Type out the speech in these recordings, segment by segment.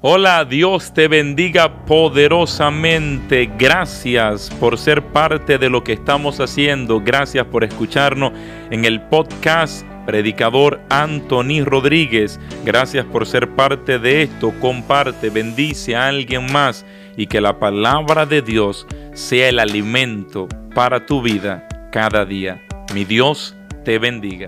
Hola, Dios te bendiga poderosamente. Gracias por ser parte de lo que estamos haciendo. Gracias por escucharnos en el podcast Predicador Anthony Rodríguez. Gracias por ser parte de esto. Comparte, bendice a alguien más y que la palabra de Dios sea el alimento para tu vida cada día. Mi Dios te bendiga.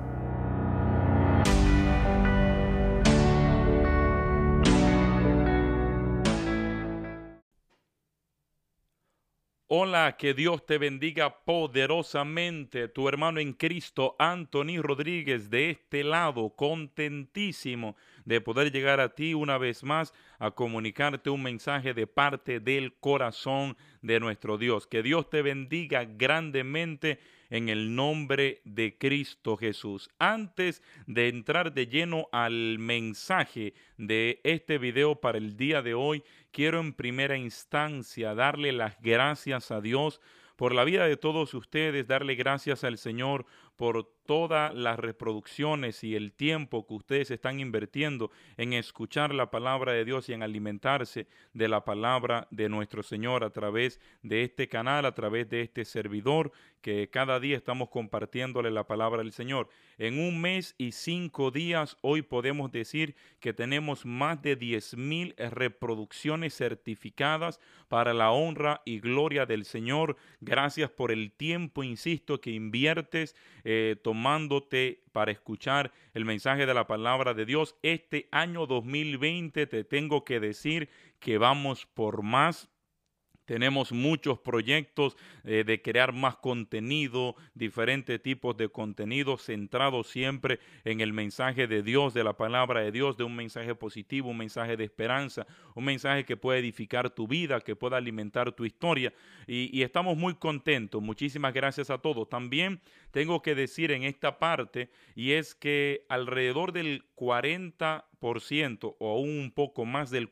Hola, que Dios te bendiga poderosamente. Tu hermano en Cristo, Anthony Rodríguez, de este lado, contentísimo de poder llegar a ti una vez más a comunicarte un mensaje de parte del corazón de nuestro Dios. Que Dios te bendiga grandemente en el nombre de Cristo Jesús. Antes de entrar de lleno al mensaje de este video para el día de hoy, quiero en primera instancia darle las gracias a Dios por la vida de todos ustedes, darle gracias al Señor por todas las reproducciones y el tiempo que ustedes están invirtiendo en escuchar la palabra de Dios y en alimentarse de la palabra de nuestro Señor a través de este canal, a través de este servidor, que cada día estamos compartiéndole la palabra del Señor. En un mes y 5 días, hoy podemos decir que tenemos más de 10,000 reproducciones certificadas para la honra y gloria del Señor. Gracias por el tiempo, insisto, que inviertes tomándote para escuchar el mensaje de la palabra de Dios. Este año 2020 te tengo que decir que vamos por más. Tenemos muchos proyectos de crear más contenido, diferentes tipos de contenido centrados siempre en el mensaje de Dios, de la palabra de Dios, de un mensaje positivo, un mensaje de esperanza, un mensaje que pueda edificar tu vida, que pueda alimentar tu historia. Y estamos muy contentos. Muchísimas gracias a todos. También tengo que decir en esta parte, y es que alrededor del 40% o aún un poco más del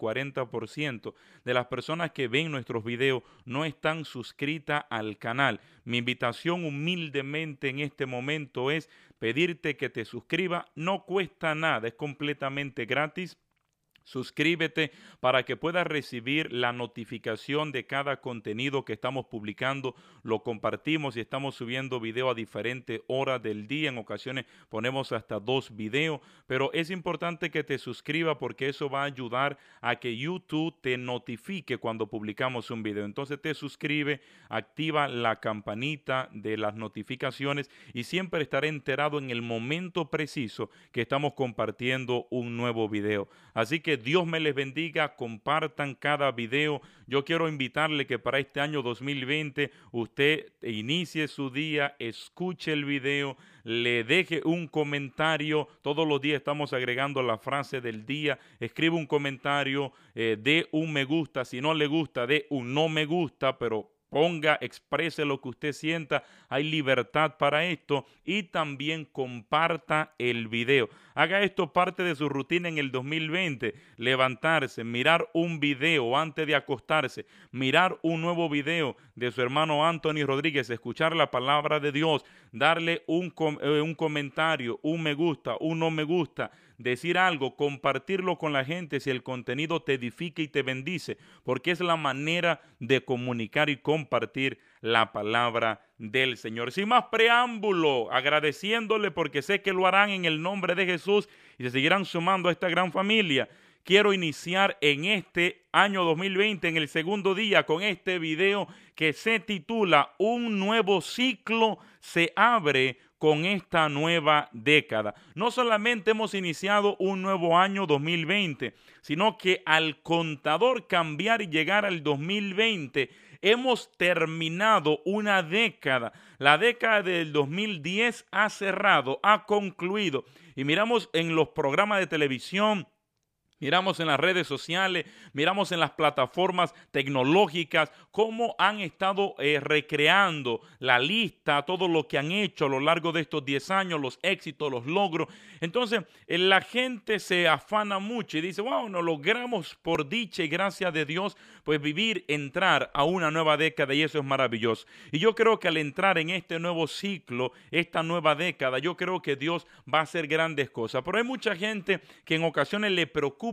40% de las personas que ven nuestros videos no están suscritas al canal. Mi invitación humildemente en este momento es pedirte que te suscribas. No cuesta nada, es completamente gratis. Suscríbete para que puedas recibir la notificación de cada contenido que estamos publicando. Lo compartimos y estamos subiendo video a diferentes horas del día. En ocasiones ponemos hasta 2 videos, pero es importante que te suscribas porque eso va a ayudar a que YouTube te notifique cuando publicamos un video. Entonces te suscribe, activa la campanita de las notificaciones y siempre estaré enterado en el momento preciso que estamos compartiendo un nuevo video. Así que Dios me les bendiga, compartan cada video. Yo quiero invitarle que para este año 2020 usted inicie su día, escuche el video, le deje un comentario. Todos los días estamos agregando la frase del día. Escribe un comentario, dé un me gusta. Si no le gusta, dé un no me gusta, pero ponga, exprese lo que usted sienta. Hay libertad para esto. Y también comparta el video. Haga esto parte de su rutina en el 2020. Levantarse, mirar un video antes de acostarse, mirar un nuevo video de su hermano Anthony Rodríguez, escuchar la palabra de Dios, darle un comentario, un me gusta, un no me gusta, decir algo, compartirlo con la gente si el contenido te edifica y te bendice, porque es la manera de comunicar y compartir la palabra del Señor. Sin más preámbulo, agradeciéndole porque sé que lo harán en el nombre de Jesús y se seguirán sumando a esta gran familia. Quiero iniciar en este año 2020, en el segundo día, con este video que se titula Un nuevo ciclo se abre con esta nueva década. No solamente hemos iniciado un nuevo año 2020, sino que al contador cambiar y llegar al 2020, hemos terminado una década. La década del 2010 ha cerrado, ha concluido. Y miramos en los programas de televisión, miramos en las redes sociales, miramos en las plataformas tecnológicas cómo han estado recreando la lista, todo lo que han hecho a lo largo de estos 10 años, los éxitos, los logros. Entonces, la gente se afana mucho y dice, wow, nos logramos por dicha y gracia de Dios, pues vivir, entrar a una nueva década y eso es maravilloso. Y yo creo que al entrar en este nuevo ciclo, esta nueva década, yo creo que Dios va a hacer grandes cosas. Pero hay mucha gente que en ocasiones le preocupa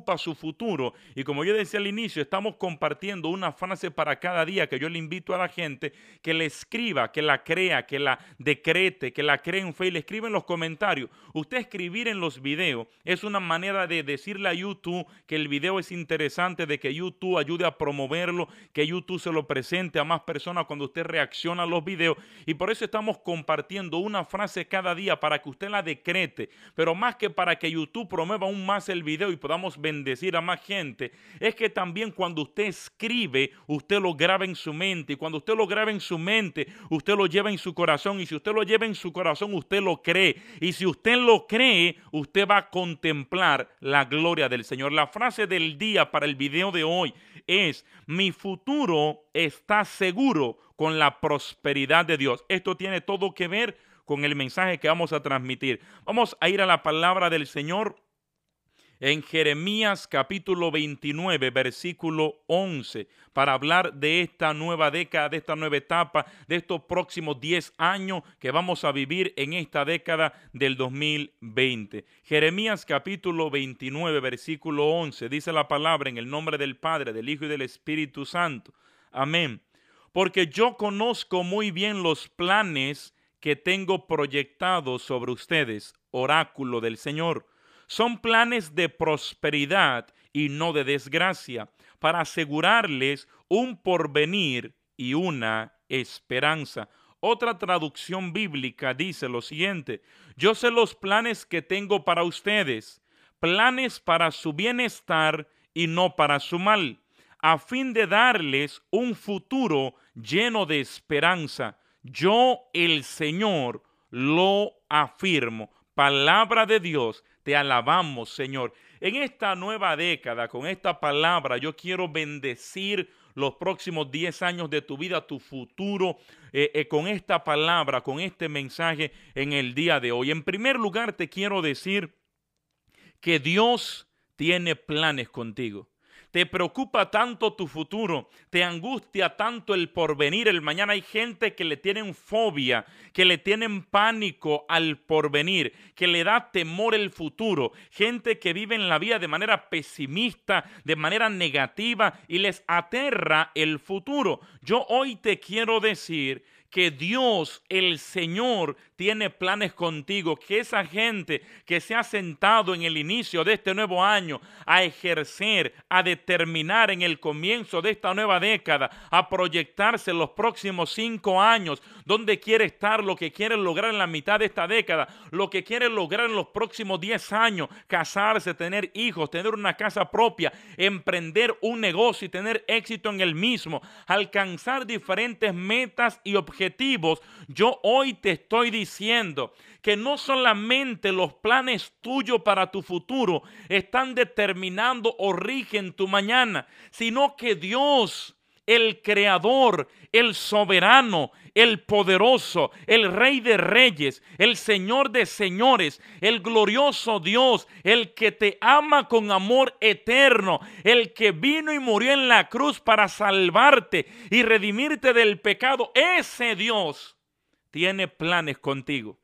preocupa su futuro. Y como yo decía al inicio, estamos compartiendo una frase para cada día que yo le invito a la gente que la escriba, que la crea, que la decrete, que la cree en fe y le escriba en los comentarios. Usted escribir en los videos es una manera de decirle a YouTube que el video es interesante, de que YouTube ayude a promoverlo, que YouTube se lo presente a más personas cuando usted reacciona a los videos. Y por eso estamos compartiendo una frase cada día para que usted la decrete, pero más que para que YouTube promueva aún más el video y podamos bendecir a más gente, es que también cuando usted escribe, usted lo graba en su mente, y cuando usted lo graba en su mente, usted lo lleva en su corazón, y si usted lo lleva en su corazón, usted lo cree, y si usted lo cree, usted va a contemplar la gloria del Señor. La frase del día para el video de hoy es: mi futuro está seguro con la prosperidad de Dios. Esto tiene todo que ver con el mensaje que vamos a transmitir. Vamos a ir a la palabra del Señor en Jeremías capítulo 29, versículo 11, para hablar de esta nueva década, de esta nueva etapa, de estos próximos 10 años que vamos a vivir en esta década del 2020. Jeremías capítulo 29, versículo 11, dice la palabra en el nombre del Padre, del Hijo y del Espíritu Santo. Amén. Porque yo conozco muy bien los planes que tengo proyectados sobre ustedes, oráculo del Señor. Son planes de prosperidad y no de desgracia, para asegurarles un porvenir y una esperanza. Otra traducción bíblica dice lo siguiente: yo sé los planes que tengo para ustedes, planes para su bienestar y no para su mal, a fin de darles un futuro lleno de esperanza. Yo, el Señor, lo afirmo. Palabra de Dios, te alabamos, Señor. En esta nueva década, con esta palabra, yo quiero bendecir los próximos 10 años de tu vida, tu futuro, con esta palabra, con este mensaje en el día de hoy. En primer lugar, te quiero decir que Dios tiene planes contigo. Te preocupa tanto tu futuro, te angustia tanto el porvenir, el mañana. Hay gente que le tienen fobia, que le tienen pánico al porvenir, que le da temor el futuro. Gente que vive en la vida de manera pesimista, de manera negativa, y les aterra el futuro. Yo hoy te quiero decir que Dios, el Señor, tiene planes contigo, que esa gente que se ha sentado en el inicio de este nuevo año a ejercer, a determinar en el comienzo de esta nueva década, a proyectarse en los próximos 5 años, dónde quiere estar, lo que quiere lograr en la mitad de esta década, lo que quiere lograr en los próximos 10 años, casarse, tener hijos, tener una casa propia, emprender un negocio y tener éxito en el mismo, alcanzar diferentes metas y objetivos. Yo hoy te estoy diciendo que no solamente los planes tuyos para tu futuro están determinando o rigen tu mañana, sino que Dios, el creador, el soberano, el poderoso, el rey de reyes, el señor de señores, el glorioso Dios, el que te ama con amor eterno, el que vino y murió en la cruz para salvarte y redimirte del pecado, ese Dios tiene planes contigo.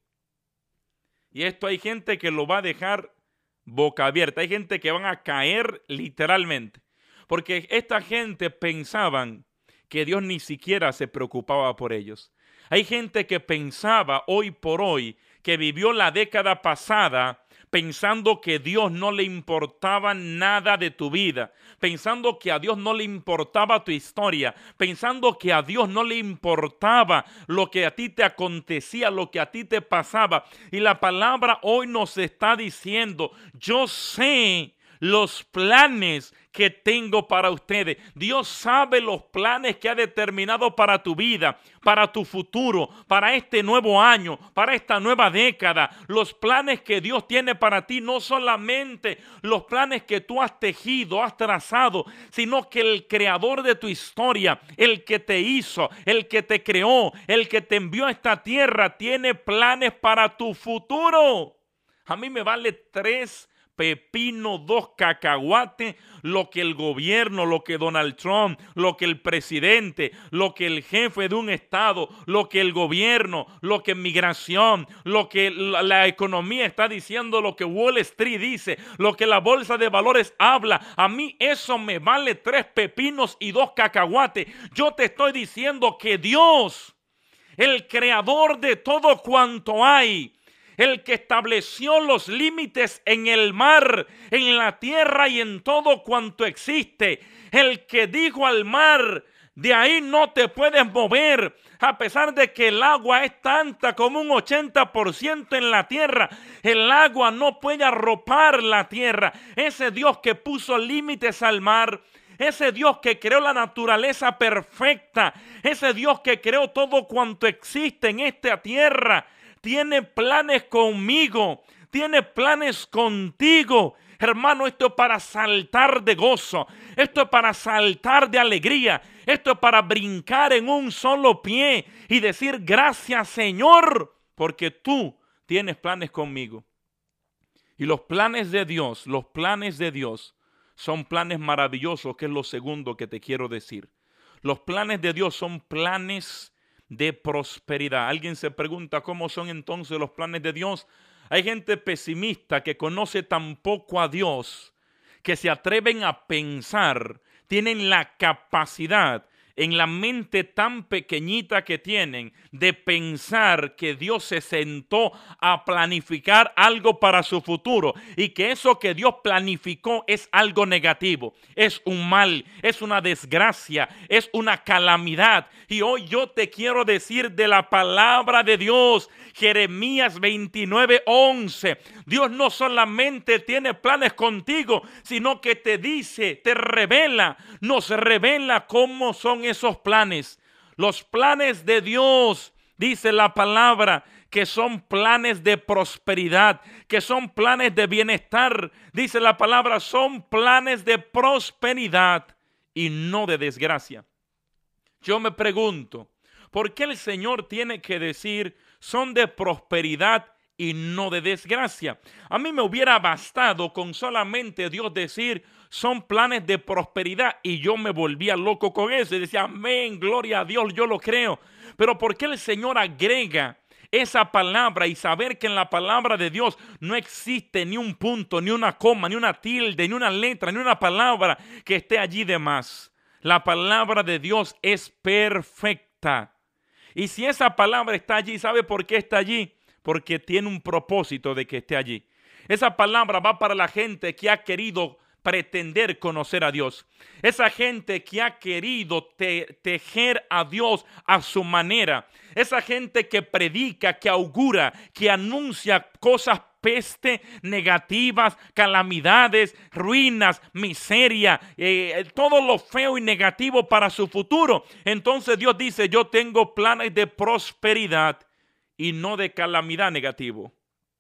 Y esto hay gente que lo va a dejar boca abierta, hay gente que van a caer literalmente. Porque esta gente pensaban que Dios ni siquiera se preocupaba por ellos. Hay gente que pensaba hoy por hoy, que vivió la década pasada pensando que Dios no le importaba nada de tu vida, pensando que a Dios no le importaba tu historia, pensando que a Dios no le importaba lo que a ti te acontecía, lo que a ti te pasaba. Y la palabra hoy nos está diciendo: yo sé los planes que tengo para ustedes. Dios sabe los planes que ha determinado para tu vida, para tu futuro, para este nuevo año, para esta nueva década. Los planes que Dios tiene para ti, no solamente los planes que tú has tejido, has trazado, sino que el creador de tu historia, el que te hizo, el que te creó, el que te envió a esta tierra, tiene planes para tu futuro. A mí me vale 3 pepino, 2 cacahuates, lo que el gobierno, lo que Donald Trump, lo que el presidente, lo que el jefe de un estado, lo que el gobierno, lo que migración, lo que la economía está diciendo, lo que Wall Street dice, lo que la bolsa de valores habla. A mí eso me vale 3 pepinos y 2 cacahuates. Yo te estoy diciendo que Dios, el creador de todo cuanto hay, el que estableció los límites en el mar, en la tierra y en todo cuanto existe, el que dijo al mar, de ahí no te puedes mover, a pesar de que el agua es tanta como un 80% en la tierra, el agua no puede arropar la tierra. Ese Dios que puso límites al mar, ese Dios que creó la naturaleza perfecta, ese Dios que creó todo cuanto existe en esta tierra, tiene planes conmigo, tiene planes contigo. Hermano, esto es para saltar de gozo, esto es para saltar de alegría, esto es para brincar en un solo pie y decir gracias, Señor, porque tú tienes planes conmigo. Y los planes de Dios son planes maravillosos, que es lo segundo que te quiero decir. Los planes de Dios son planes de prosperidad. Alguien se pregunta, ¿cómo son entonces los planes de Dios? Hay gente pesimista que conoce tan poco a Dios que se atreven a pensar, tienen la capacidad en la mente tan pequeñita que tienen de pensar que Dios se sentó a planificar algo para su futuro y que eso que Dios planificó es algo negativo, es un mal, es una desgracia, es una calamidad. Y hoy yo te quiero decir de la palabra de Dios, Jeremías 29:11, Dios no solamente tiene planes contigo, sino que te dice, te revela, nos revela cómo son esos planes. Los planes de Dios, dice la palabra, que son planes de prosperidad, que son planes de bienestar. Dice la palabra, son planes de prosperidad y no de desgracia. Yo me pregunto, ¿por qué el Señor tiene que decir son de prosperidad y no de desgracia? A mí me hubiera bastado con solamente Dios decir son planes de prosperidad y yo me volvía loco con eso y decía amén, gloria a Dios, yo lo creo. Pero ¿por qué el Señor agrega esa palabra y saber que en la palabra de Dios no existe ni un punto, ni una coma, ni una tilde, ni una letra, ni una palabra que esté allí de más? La palabra de Dios es perfecta. Y si esa palabra está allí, ¿sabe por qué está allí? Porque tiene un propósito de que esté allí. Esa palabra va para la gente que ha querido pretender conocer a Dios. Esa gente que ha querido tejer a Dios a su manera. Esa gente que predica, que augura, que anuncia cosas peste, negativas, calamidades, ruinas, miseria, todo lo feo y negativo para su futuro. Entonces Dios dice, yo tengo planes de prosperidad y no de calamidad negativo.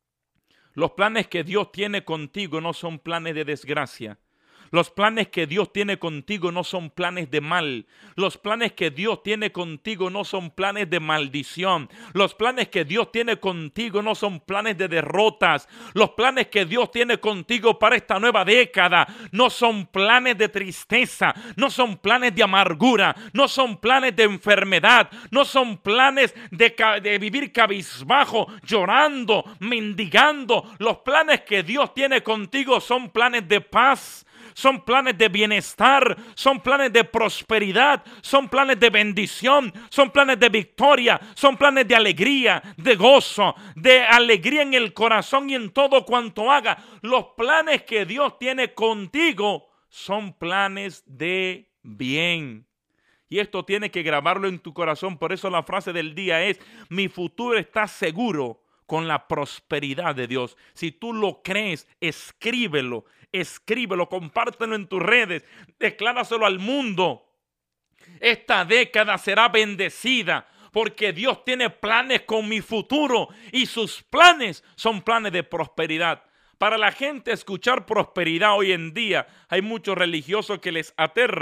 Los planes que Dios tiene contigo no son planes de desgracia. Los planes que Dios tiene contigo no son planes de mal. Los planes que Dios tiene contigo no son planes de maldición. Los planes que Dios tiene contigo no son planes de derrotas. Los planes que Dios tiene contigo para esta nueva década no son planes de tristeza, no son planes de amargura, no son planes de enfermedad, no son planes de vivir cabizbajo, llorando, mendigando. Los planes que Dios tiene contigo son planes de paz. Son planes de bienestar, son planes de prosperidad, son planes de bendición, son planes de victoria, son planes de alegría, de gozo, de alegría en el corazón y en todo cuanto haga. Los planes que Dios tiene contigo son planes de bien. Y esto tiene que grabarlo en tu corazón. Por eso la frase del día es, mi futuro está seguro con la prosperidad de Dios. Si tú lo crees, escríbelo, compártelo en tus redes, decláraselo al mundo. Esta década será bendecida porque Dios tiene planes con mi futuro y sus planes son planes de prosperidad. Para la gente escuchar prosperidad hoy en día hay muchos religiosos que les aterra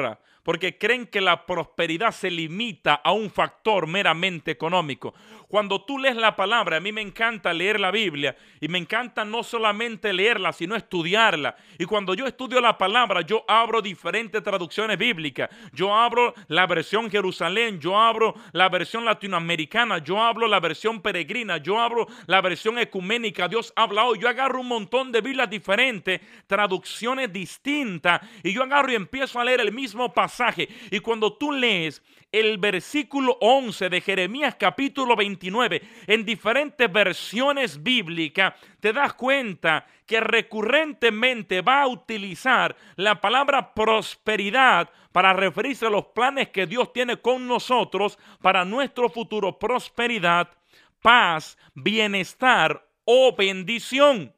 porque creen que la prosperidad se limita a un factor meramente económico. Cuando tú lees la palabra, a mí me encanta leer la Biblia y me encanta no solamente leerla, sino estudiarla. Y cuando yo estudio la palabra, yo abro diferentes traducciones bíblicas. Yo abro la versión Jerusalén, yo abro la versión latinoamericana, yo abro la versión peregrina, yo abro la versión ecuménica. Dios habla hoy. Yo agarro un montón de Biblias diferentes, traducciones distintas, y yo agarro y empiezo a leer el mismo pasaje. Y cuando tú lees el versículo 11 de Jeremías capítulo 29 en diferentes versiones bíblicas, te das cuenta que recurrentemente va a utilizar la palabra prosperidad para referirse a los planes que Dios tiene con nosotros para nuestro futuro. Prosperidad, paz, bienestar o bendición.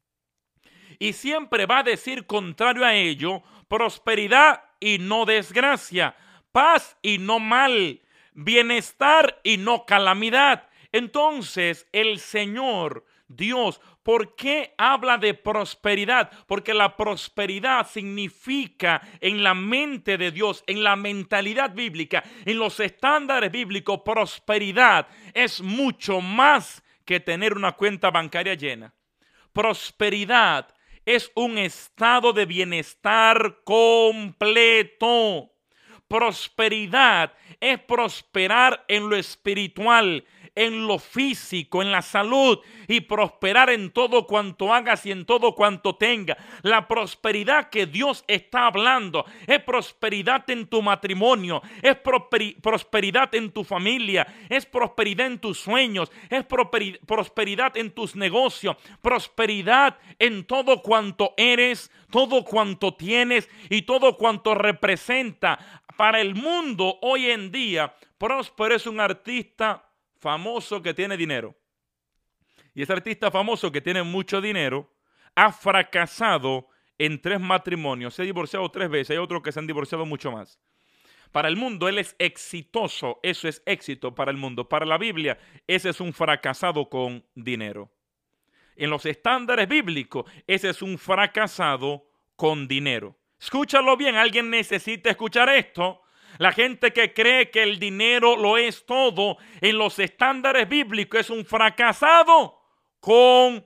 Y siempre va a decir contrario a ello: prosperidad y no desgracia, paz y no mal, bienestar y no calamidad. Entonces el Señor Dios, ¿por qué habla de prosperidad? Porque la prosperidad significa en la mente de Dios, en la mentalidad bíblica, en los estándares bíblicos, prosperidad es mucho más que tener una cuenta bancaria llena. Prosperidad es un estado de bienestar completo. Prosperidad es prosperar en lo espiritual, en lo físico, en la salud, y prosperar en todo cuanto hagas y en todo cuanto tengas. La prosperidad que Dios está hablando es prosperidad en tu matrimonio, es prosperidad en tu familia, es prosperidad en tus sueños, es prosperidad en tus negocios, prosperidad en todo cuanto eres, todo cuanto tienes y todo cuanto representa. Para el mundo hoy en día, próspero es un artista famoso que tiene dinero. Y ese artista famoso que tiene mucho dinero ha fracasado en 3 matrimonios. Se ha divorciado 3 veces. Hay otros que se han divorciado mucho más. Para el mundo él es exitoso. Eso es éxito para el mundo. Para la Biblia, ese es un fracasado con dinero. En los estándares bíblicos, ese es un fracasado con dinero. Escúchalo bien, alguien necesita escuchar esto. La gente que cree que el dinero lo es todo, en los estándares bíblicos es un fracasado con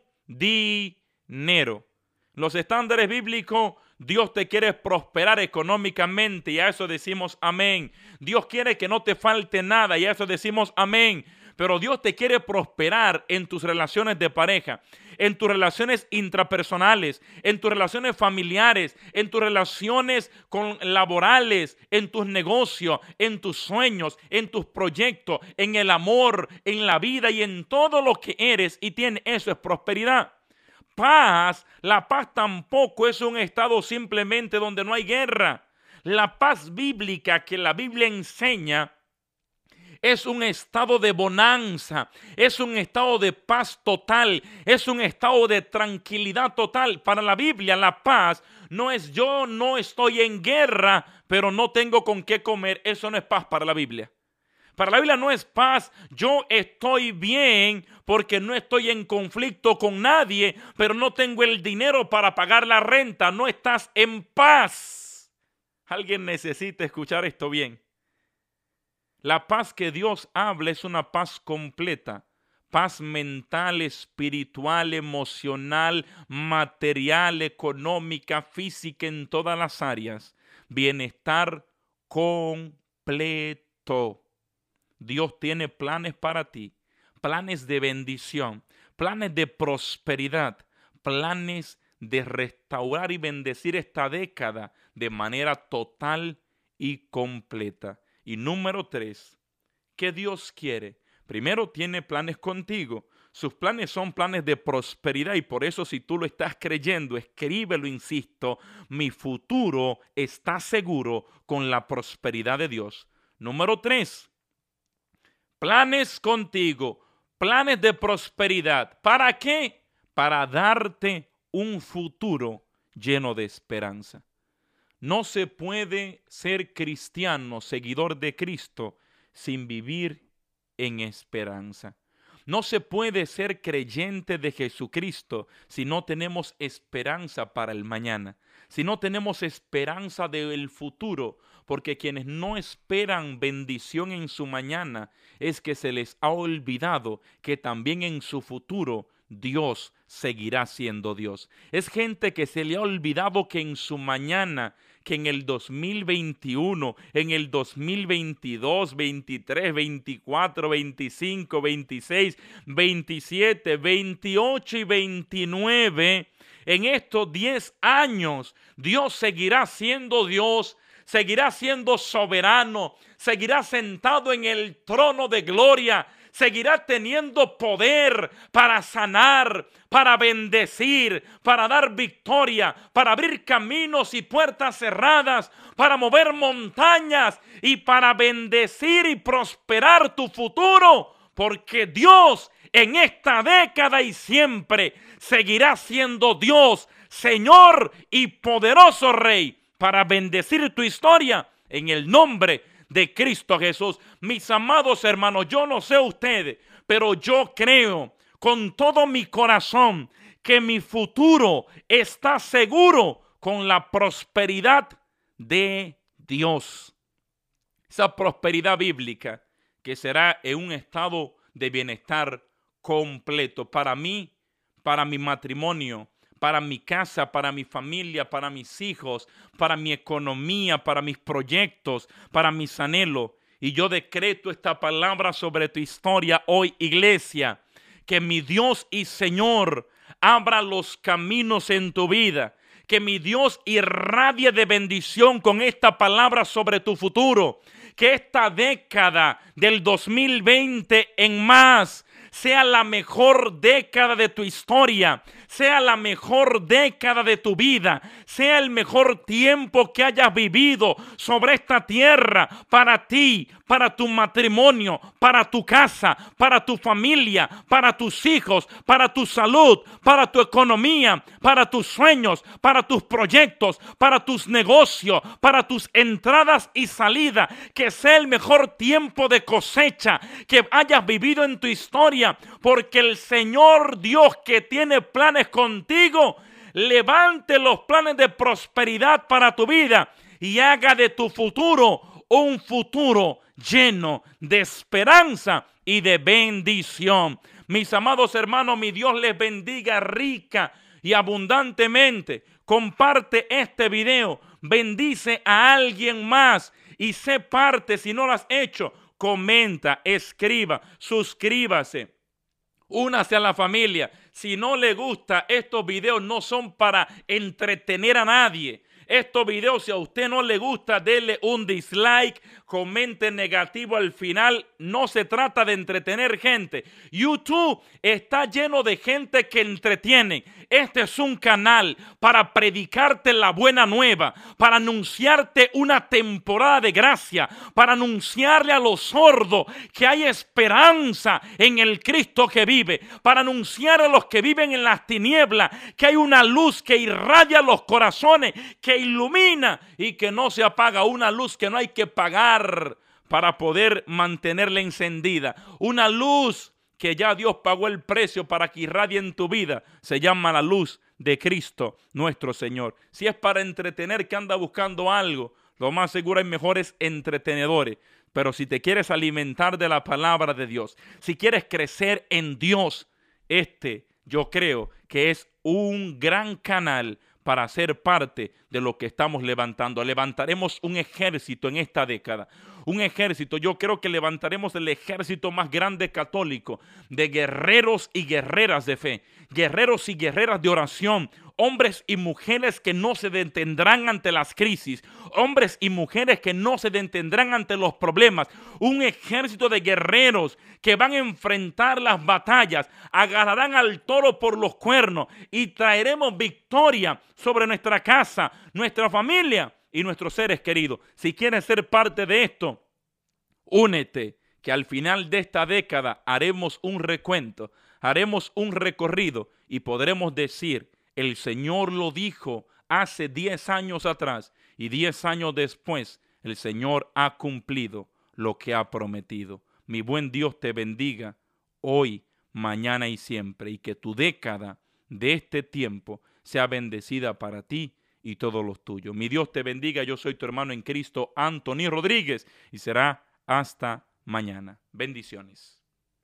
dinero. En los estándares bíblicos, Dios te quiere prosperar económicamente y a eso decimos amén. Dios quiere que no te falte nada y a eso decimos amén. Pero Dios te quiere prosperar en tus relaciones de pareja, en tus relaciones intrapersonales, en tus relaciones familiares, en tus relaciones laborales, en tus negocios, en tus sueños, en tus proyectos, en el amor, en la vida y en todo lo que eres y tienes. Eso es prosperidad. Paz, la paz tampoco es un estado simplemente donde no hay guerra. La paz bíblica que la Biblia enseña es un estado de bonanza, es un estado de paz total, es un estado de tranquilidad total. Para la Biblia, la paz no es yo no estoy en guerra, pero no tengo con qué comer. Eso no es paz para la Biblia. Para la Biblia no es paz, yo estoy bien porque no estoy en conflicto con nadie, pero no tengo el dinero para pagar la renta. No estás en paz. Alguien necesita escuchar esto bien. La paz que Dios habla es una paz completa, paz mental, espiritual, emocional, material, económica, física, en todas las áreas. Bienestar completo. Dios tiene planes para ti, planes de bendición, planes de prosperidad, planes de restaurar y bendecir esta década de manera total y completa. Y número 3, ¿qué Dios quiere? Primero, tiene planes contigo. Sus planes son planes de prosperidad y por eso, si tú lo estás creyendo, escríbelo, insisto, mi futuro está seguro con la prosperidad de Dios. Número 3, planes contigo, planes de prosperidad. ¿Para qué? Para darte un futuro lleno de esperanza. No se puede ser cristiano, seguidor de Cristo, sin vivir en esperanza. No se puede ser creyente de Jesucristo si no tenemos esperanza para el mañana, si no tenemos esperanza del futuro, porque quienes no esperan bendición en su mañana es que se les ha olvidado que también en su futuro Dios seguirá siendo Dios. Es gente que se le ha olvidado que en su mañana, que en el 2021, en el 2022, 23, 24, 25, 26, 27, 28 y 29, en estos 10 años, Dios seguirá siendo Dios, seguirá siendo soberano, seguirá sentado en el trono de gloria, seguirá teniendo poder para sanar, para bendecir, para dar victoria, para abrir caminos y puertas cerradas, para mover montañas y para bendecir y prosperar tu futuro, porque Dios en esta década y siempre seguirá siendo Dios, Señor y poderoso Rey, para bendecir tu historia en el nombre de Cristo Jesús. Mis amados hermanos, yo no sé ustedes, pero yo creo con todo mi corazón que mi futuro está seguro con la prosperidad de Dios. Esa prosperidad bíblica que será en un estado de bienestar completo para mí, para mi matrimonio, para mi casa, para mi familia, para mis hijos, para mi economía, para mis proyectos, para mis anhelos. Y yo decreto esta palabra sobre tu historia hoy, iglesia, que mi Dios y Señor abra los caminos en tu vida, que mi Dios irradie de bendición con esta palabra sobre tu futuro, que esta década del 2020 en más sea la mejor década de tu historia, sea la mejor década de tu vida, sea el mejor tiempo que hayas vivido sobre esta tierra para ti, para tu matrimonio, para tu casa, para tu familia, para tus hijos, para tu salud, para tu economía, para tus sueños, para tus proyectos, para tus negocios, para tus entradas y salidas, que sea el mejor tiempo de cosecha que hayas vivido en tu historia, porque el Señor Dios que tiene planes contigo, levante los planes de prosperidad para tu vida y haga de tu futuro un futuro lleno de esperanza y de bendición. Mis amados hermanos, mi Dios les bendiga rica y abundantemente. Comparte este video, bendice a alguien más y sé parte, si no lo has hecho, comenta, escriba, suscríbase. Únase a la familia. Si no le gusta, estos videos no son para entretener a nadie. Estos videos, si a usted no le gusta, dele un dislike, comente negativo al final. No se trata de entretener gente. YouTube está lleno de gente que entretiene. Este es un canal para predicarte la buena nueva, para anunciarte una temporada de gracia, para anunciarle a los sordos que hay esperanza en el Cristo que vive, para anunciar a los que viven en las tinieblas que hay una luz que irradia los corazones, que ilumina y que no se apaga, una luz que no hay que pagar para poder mantenerla encendida, una luz que ya Dios pagó el precio para que irradie en tu vida. Se llama la luz de Cristo nuestro Señor. Si es para entretener, que anda buscando algo, lo más seguro hay mejores entretenedores. Pero si te quieres alimentar de la palabra de Dios, si quieres crecer en Dios, yo creo que es un gran canal para ser parte de lo que estamos levantando. Levantaremos un ejército en esta década. Un ejército, yo creo que levantaremos el ejército más grande católico de guerreros y guerreras de fe, guerreros y guerreras de oración, hombres y mujeres que no se detendrán ante las crisis, hombres y mujeres que no se detendrán ante los problemas, un ejército de guerreros que van a enfrentar las batallas, agarrarán al toro por los cuernos y traeremos victoria sobre nuestra casa, nuestra familia y nuestros seres queridos. Si quieres ser parte de esto, únete, que al final de esta década haremos un recuento, haremos un recorrido y podremos decir: el Señor lo dijo hace 10 años atrás y 10 años después el Señor ha cumplido lo que ha prometido. Mi buen Dios te bendiga hoy, mañana y siempre, y que tu década de este tiempo sea bendecida para ti y todos los tuyos. Mi Dios te bendiga. Yo soy tu hermano en Cristo, Anthony Rodríguez, y será hasta mañana. Bendiciones.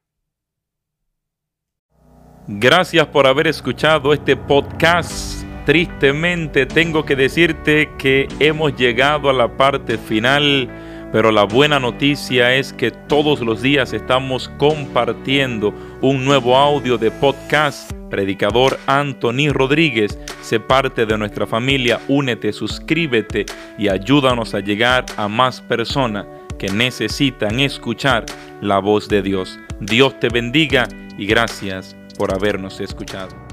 Gracias por haber escuchado este podcast. Tristemente tengo que decirte que hemos llegado a la parte final, pero la buena noticia es que todos los días estamos compartiendo un nuevo audio de podcast. Predicador Anthony Rodríguez, sé parte de nuestra familia, únete, suscríbete y ayúdanos a llegar a más personas que necesitan escuchar la voz de Dios. Dios te bendiga y gracias por habernos escuchado.